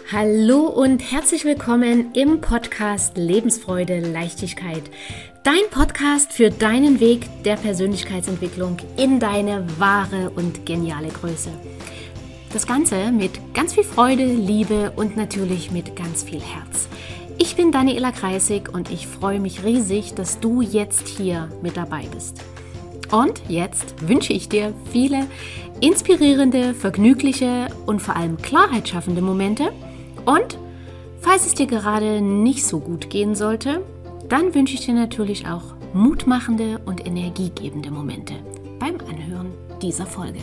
Hallo und herzlich willkommen im Podcast Lebensfreude, Leichtigkeit. Dein Podcast für deinen Weg der Persönlichkeitsentwicklung in deine wahre und geniale Größe. Das Ganze mit ganz viel Freude, Liebe und natürlich mit ganz viel Herz. Ich bin Daniela Kreisig und ich freue mich riesig, dass du jetzt hier mit dabei bist. Und jetzt wünsche ich dir viele inspirierende, vergnügliche und vor allem klarheitsschaffende Momente. Und falls es dir gerade nicht so gut gehen sollte, dann wünsche ich dir natürlich auch mutmachende und energiegebende Momente beim Anhören dieser Folge.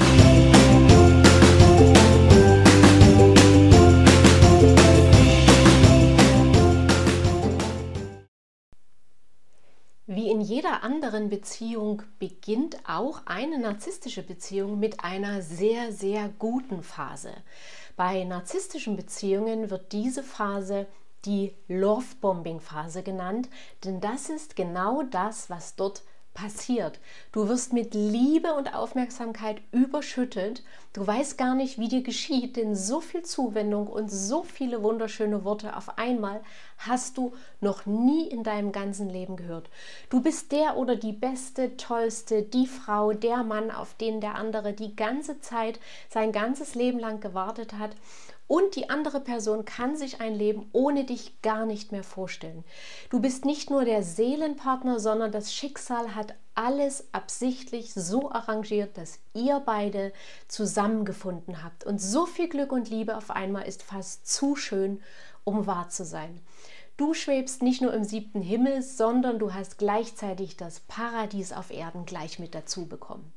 Wie in jeder anderen Beziehung beginnt auch eine narzisstische Beziehung mit einer sehr, sehr guten Phase. Bei narzisstischen Beziehungen wird diese Phase die Love-Bombing-Phase genannt, denn das ist genau das, was dort passiert. Du wirst mit Liebe und Aufmerksamkeit überschüttet. Du weißt gar nicht, wie dir geschieht, denn so viel Zuwendung und so viele wunderschöne Worte auf einmal hast du noch nie in deinem ganzen Leben gehört. Du bist der oder die beste, tollste, die Frau, der Mann, auf den der andere die ganze Zeit, sein ganzes Leben lang gewartet hat. Und die andere Person kann sich ein Leben ohne dich gar nicht mehr vorstellen. Du bist nicht nur der Seelenpartner, sondern das Schicksal hat alles absichtlich so arrangiert, dass ihr beide zusammengefunden habt. Und so viel Glück und Liebe auf einmal ist fast zu schön, um wahr zu sein. Du schwebst nicht nur im 7. Himmel, sondern du hast gleichzeitig das Paradies auf Erden gleich mit dazu bekommen.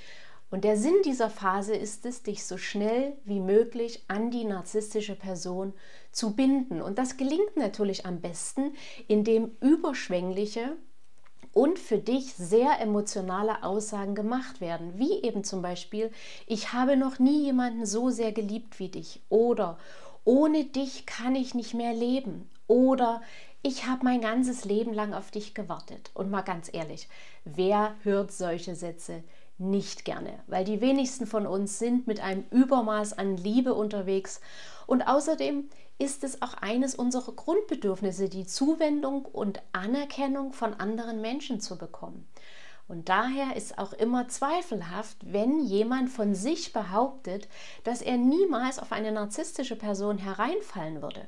Und der Sinn dieser Phase ist es, dich so schnell wie möglich an die narzisstische Person zu binden. Und das gelingt natürlich am besten, indem überschwängliche und für dich sehr emotionale Aussagen gemacht werden. Wie eben zum Beispiel, ich habe noch nie jemanden so sehr geliebt wie dich. Oder ohne dich kann ich nicht mehr leben. Oder ich habe mein ganzes Leben lang auf dich gewartet. Und mal ganz ehrlich, wer hört solche Sätze nicht gerne, weil die wenigsten von uns sind mit einem Übermaß an Liebe unterwegs und außerdem ist es auch eines unserer Grundbedürfnisse, die Zuwendung und Anerkennung von anderen Menschen zu bekommen. Und daher ist auch immer zweifelhaft, wenn jemand von sich behauptet, dass er niemals auf eine narzisstische Person hereinfallen würde.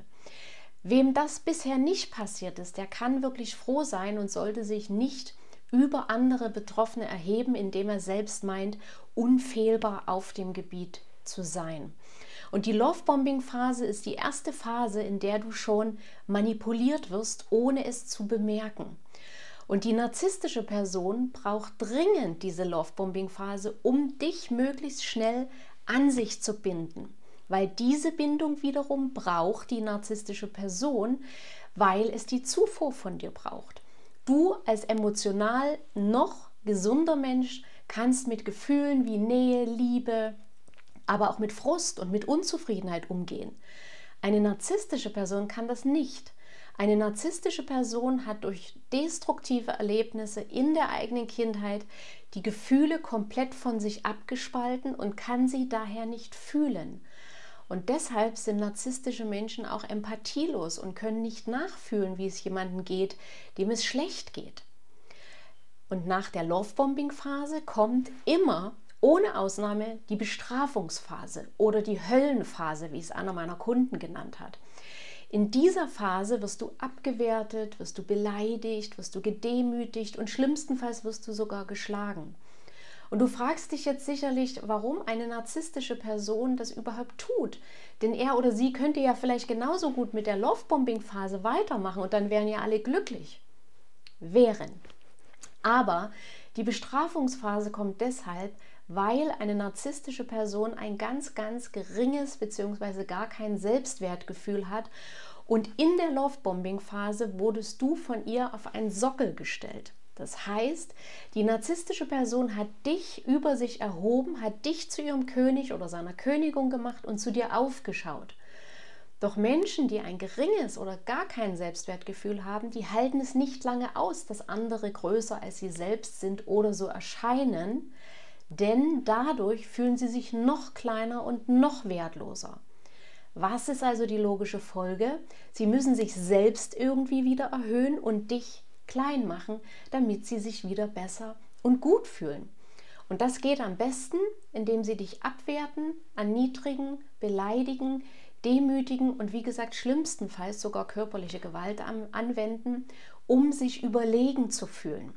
Wem das bisher nicht passiert ist, der kann wirklich froh sein und sollte sich nicht über andere Betroffene erheben, indem er selbst meint, unfehlbar auf dem Gebiet zu sein. Und die Love-Bombing-Phase ist die erste Phase, in der du schon manipuliert wirst, ohne es zu bemerken. Und die narzisstische Person braucht dringend diese Love-Bombing-Phase, um dich möglichst schnell an sich zu binden. Weil diese Bindung wiederum braucht die narzisstische Person, weil es die Zufuhr von dir braucht. Du als emotional noch gesunder Mensch kannst mit Gefühlen wie Nähe, Liebe, aber auch mit Frust und mit Unzufriedenheit umgehen. Eine narzisstische Person kann das nicht. Eine narzisstische Person hat durch destruktive Erlebnisse in der eigenen Kindheit die Gefühle komplett von sich abgespalten und kann sie daher nicht fühlen. Und deshalb sind narzisstische Menschen auch empathielos und können nicht nachfühlen, wie es jemandem geht, dem es schlecht geht. Und nach der Love-Bombing-Phase kommt immer, ohne Ausnahme, die Bestrafungsphase oder die Höllenphase, wie es einer meiner Kunden genannt hat. In dieser Phase wirst du abgewertet, wirst du beleidigt, wirst du gedemütigt und schlimmstenfalls wirst du sogar geschlagen. Und du fragst dich jetzt sicherlich, warum eine narzisstische Person das überhaupt tut. Denn er oder sie könnte ja vielleicht genauso gut mit der Love-Bombing-Phase weitermachen und dann wären ja alle glücklich. Aber die Bestrafungsphase kommt deshalb, weil eine narzisstische Person ein ganz, ganz geringes bzw. gar kein Selbstwertgefühl hat. Und in der Love-Bombing-Phase wurdest du von ihr auf einen Sockel gestellt. Das heißt, die narzisstische Person hat dich über sich erhoben, hat dich zu ihrem König oder seiner Königin gemacht und zu dir aufgeschaut. Doch Menschen, die ein geringes oder gar kein Selbstwertgefühl haben, die halten es nicht lange aus, dass andere größer als sie selbst sind oder so erscheinen, denn dadurch fühlen sie sich noch kleiner und noch wertloser. Was ist also die logische Folge? Sie müssen sich selbst irgendwie wieder erhöhen und dich klein machen, damit sie sich wieder besser und gut fühlen. Und das geht am besten, indem sie dich abwerten, erniedrigen, beleidigen, demütigen und wie gesagt schlimmstenfalls sogar körperliche Gewalt anwenden, um sich überlegen zu fühlen.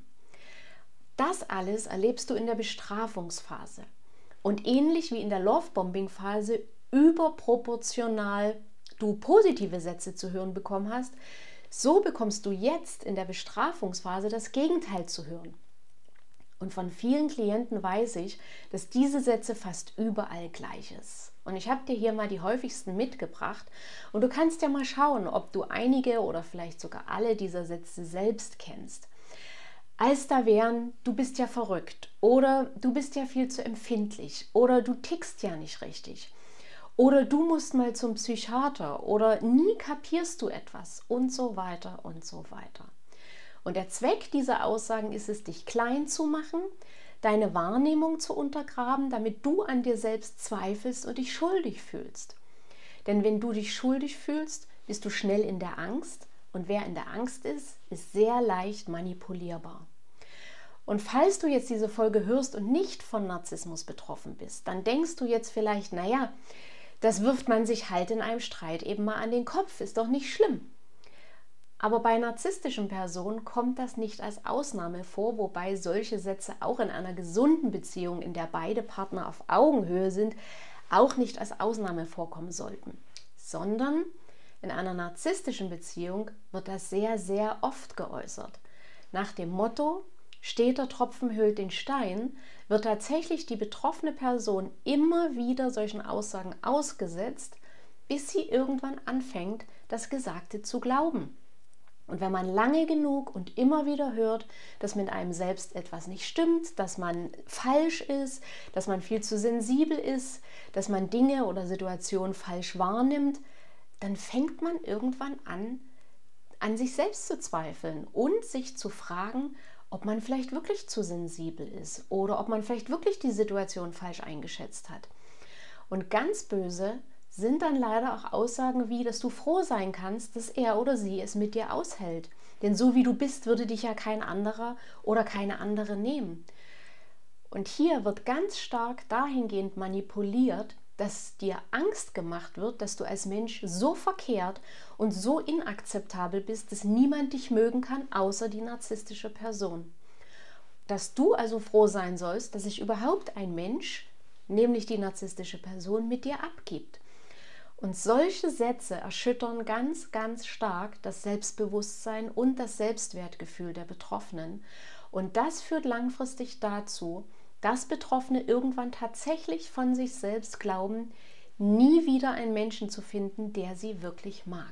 Das alles erlebst du in der Bestrafungsphase. Und ähnlich wie in der Lovebombing-Phase überproportional du positive Sätze zu hören bekommen hast, so bekommst du jetzt in der Bestrafungsphase das Gegenteil zu hören. Und von vielen Klienten weiß ich, dass diese Sätze fast überall gleich ist. Und ich habe dir hier mal die häufigsten mitgebracht und du kannst ja mal schauen, ob du einige oder vielleicht sogar alle dieser Sätze selbst kennst. Als da wären, du bist ja verrückt oder du bist ja viel zu empfindlich oder du tickst ja nicht richtig oder du musst mal zum Psychiater oder nie kapierst du etwas und so weiter und so weiter. Und der Zweck dieser Aussagen ist es, dich klein zu machen, deine Wahrnehmung zu untergraben, damit du an dir selbst zweifelst und dich schuldig fühlst. Denn wenn du dich schuldig fühlst, bist du schnell in der Angst und wer in der Angst ist sehr leicht manipulierbar. Und falls du jetzt diese Folge hörst und nicht von Narzissmus betroffen bist, dann denkst du jetzt vielleicht, naja, das wirft man sich halt in einem Streit eben mal an den Kopf, ist doch nicht schlimm. Aber bei narzisstischen Personen kommt das nicht als Ausnahme vor, wobei solche Sätze auch in einer gesunden Beziehung, in der beide Partner auf Augenhöhe sind, auch nicht als Ausnahme vorkommen sollten. Sondern in einer narzisstischen Beziehung wird das sehr, sehr oft geäußert. Nach dem Motto, steter Tropfen höhlt den Stein, wird tatsächlich die betroffene Person immer wieder solchen Aussagen ausgesetzt, bis sie irgendwann anfängt, das Gesagte zu glauben. Und wenn man lange genug und immer wieder hört, dass mit einem selbst etwas nicht stimmt, dass man falsch ist, dass man viel zu sensibel ist, dass man Dinge oder Situationen falsch wahrnimmt, dann fängt man irgendwann an sich selbst zu zweifeln und sich zu fragen, ob man vielleicht wirklich zu sensibel ist oder ob man vielleicht wirklich die Situation falsch eingeschätzt hat. Und ganz böse sind dann leider auch Aussagen wie, dass du froh sein kannst, dass er oder sie es mit dir aushält. Denn so wie du bist, würde dich ja kein anderer oder keine andere nehmen. Und hier wird ganz stark dahingehend manipuliert, dass dir Angst gemacht wird, dass du als Mensch so verkehrt und so inakzeptabel bist, dass niemand dich mögen kann, außer die narzisstische Person. Dass du also froh sein sollst, dass sich überhaupt ein Mensch, nämlich die narzisstische Person, mit dir abgibt. Und solche Sätze erschüttern ganz, ganz stark das Selbstbewusstsein und das Selbstwertgefühl der Betroffenen. Und das führt langfristig dazu, dass Betroffene irgendwann tatsächlich von sich selbst glauben, nie wieder einen Menschen zu finden, der sie wirklich mag.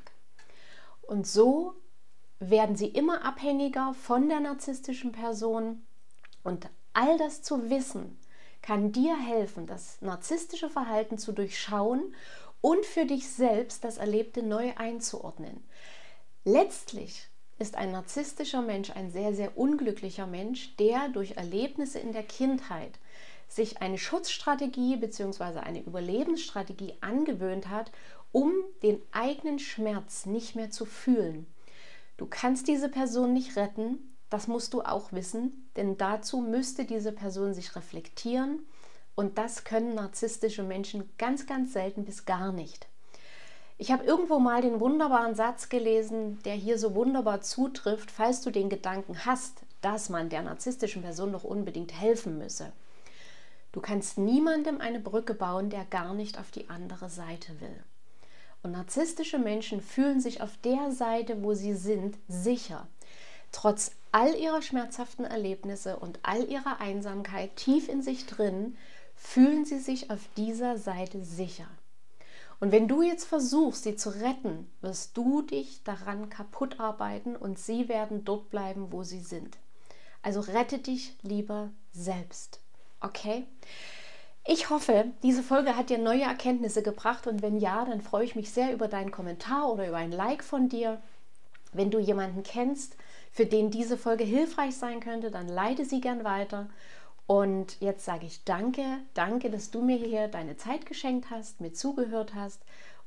Und so werden sie immer abhängiger von der narzisstischen Person. Und all das zu wissen, kann dir helfen, das narzisstische Verhalten zu durchschauen und für dich selbst das Erlebte neu einzuordnen. Letztlich ist ein narzisstischer Mensch ein sehr, sehr unglücklicher Mensch, der durch Erlebnisse in der Kindheit sich eine Schutzstrategie bzw. eine Überlebensstrategie angewöhnt hat, um den eigenen Schmerz nicht mehr zu fühlen. Du kannst diese Person nicht retten, das musst du auch wissen, denn dazu müsste diese Person sich reflektieren. Und das können narzisstische Menschen ganz, ganz selten bis gar nicht. Ich habe irgendwo mal den wunderbaren Satz gelesen, der hier so wunderbar zutrifft, falls du den Gedanken hast, dass man der narzisstischen Person doch unbedingt helfen müsse. Du kannst niemandem eine Brücke bauen, der gar nicht auf die andere Seite will. Und narzisstische Menschen fühlen sich auf der Seite, wo sie sind, sicher. Trotz all ihrer schmerzhaften Erlebnisse und all ihrer Einsamkeit tief in sich drin, fühlen sie sich auf dieser Seite sicher. Und wenn du jetzt versuchst, sie zu retten, wirst du dich daran kaputt arbeiten und sie werden dort bleiben, wo sie sind. Also rette dich lieber selbst. Okay? Ich hoffe, diese Folge hat dir neue Erkenntnisse gebracht und wenn ja, dann freue ich mich sehr über deinen Kommentar oder über ein Like von dir. Wenn du jemanden kennst, für den diese Folge hilfreich sein könnte, dann leite sie gern weiter. Und jetzt sage ich danke, dass du mir hier deine Zeit geschenkt hast, mir zugehört hast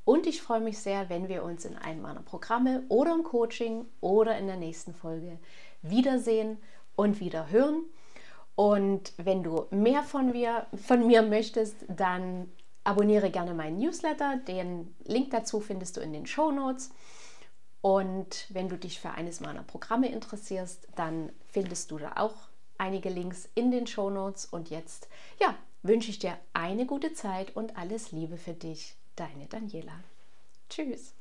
Und ich freue mich sehr, wenn wir uns in einem meiner Programme oder im Coaching oder in der nächsten Folge wiedersehen und wieder hören. Und wenn du mehr von mir möchtest, dann abonniere gerne meinen Newsletter. Den Link dazu findest du in den Shownotes. Und wenn du dich für eines meiner Programme interessierst, dann findest du da auch einige Links in den Shownotes. Und jetzt, wünsche ich dir eine gute Zeit und alles Liebe für dich. Deine Daniela. Tschüss.